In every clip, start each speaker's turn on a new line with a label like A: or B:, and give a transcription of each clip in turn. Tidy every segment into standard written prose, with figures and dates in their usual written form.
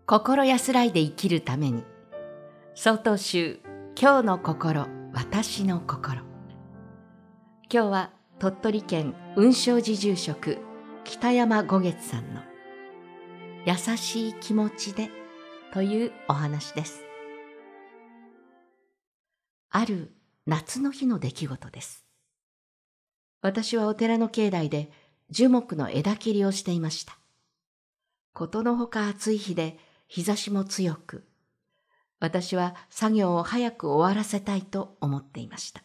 A: 心安らいで生きるために。曹洞宗今日の心、私の心。今日は鳥取県雲昌寺住職北山五月さんの優しい気持ちでというお話です。ある夏の日の出来事です。私はお寺の境内で樹木の枝切りをしていました。ことのほか暑い日で日差しも強く、私は作業を早く終わらせたいと思っていました。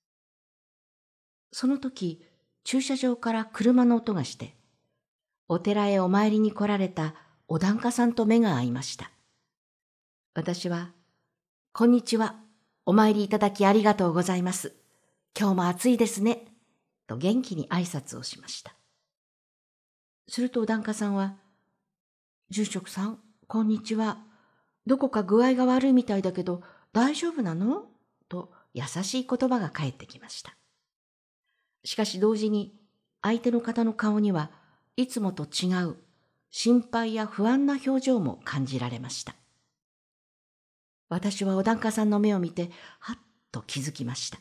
A: その時、駐車場から車の音がして、お寺へお参りに来られたお檀家さんと目が合いました。私は、こんにちは、お参りいただきありがとうございます。今日も暑いですね、と元気に挨拶をしました。するとお檀家さんは、住職さん、こんにちは。どこか具合が悪いみたいだけど大丈夫なの？と優しい言葉が返ってきました。しかし同時に相手の方の顔にはいつもと違う心配や不安な表情も感じられました。私はお檀家さんの目を見てはっと気づきました。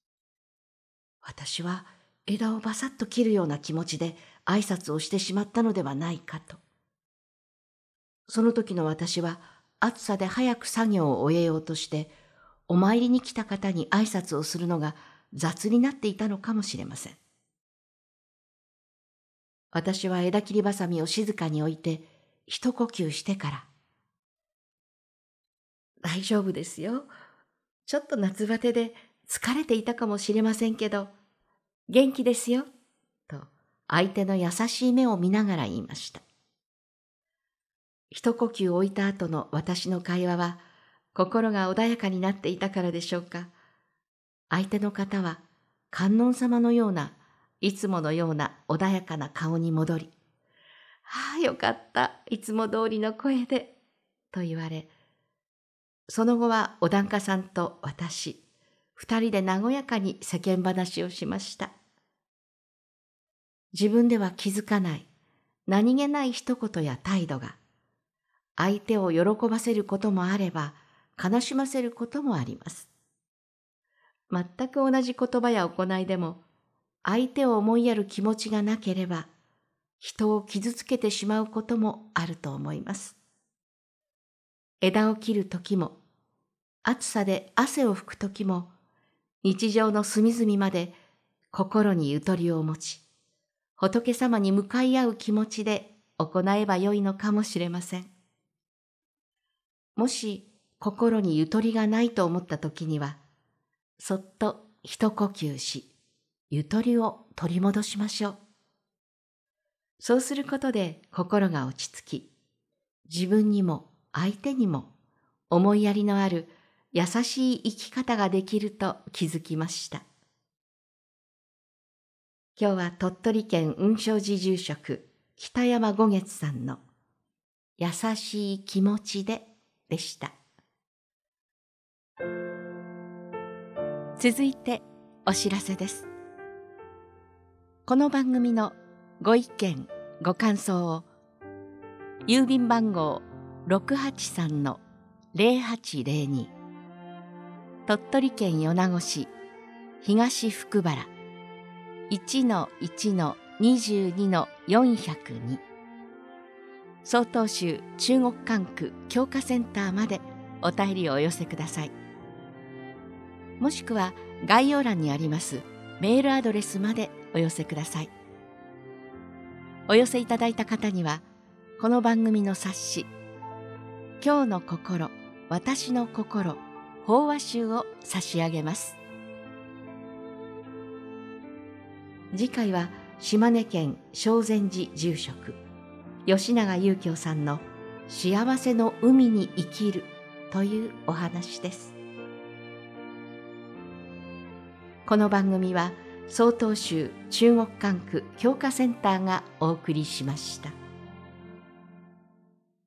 A: 私は枝をバサッと切るような気持ちで挨拶をしてしまったのではないかと。その時の私は暑さで早く作業を終えようとして、お参りに来た方に挨拶をするのが雑になっていたのかもしれません。私は枝切りばさみを静かに置いて、一呼吸してから、大丈夫ですよ。ちょっと夏バテで疲れていたかもしれませんけど、元気ですよ、と相手の優しい目を見ながら言いました。一呼吸置いた後の私の会話は、心が穏やかになっていたからでしょうか。相手の方は観音様のような、いつものような穏やかな顔に戻り、ああよかった、いつも通りの声で、と言われ、その後はお檀家さんと私、二人で和やかに世間話をしました。自分では気づかない、何気ない一言や態度が、相手を喜ばせることもあれば、悲しませることもあります。全く同じ言葉や行いでも、相手を思いやる気持ちがなければ、人を傷つけてしまうこともあると思います。枝を切る時も、暑さで汗を拭く時も、日常の隅々まで心にゆとりを持ち、仏様に向かい合う気持ちで行えばよいのかもしれません。もし心にゆとりがないと思ったときには、そっと一呼吸し、ゆとりを取り戻しましょう。そうすることで心が落ち着き、自分にも相手にも思いやりのある優しい生き方ができると気づきました。今日は鳥取県雲昌寺住職北山五月さんの優しい気持ちでした。続いてお知らせです。この番組のご意見ご感想を郵便番号 683-0802 鳥取県米子市東福原 1-1-22-402 曹洞宗中国管区教化センターまでお便りをお寄せください。もしくは概要欄にありますメールアドレスまでお寄せください。お寄せいただいた方にはこの番組の冊子「今日の心、私の心」法話集を差し上げます。次回は島根県正禅寺住職吉永祐京さんの幸せの海に生きるというお話です。この番組は曹洞宗中国管区教化センターがお送りしました。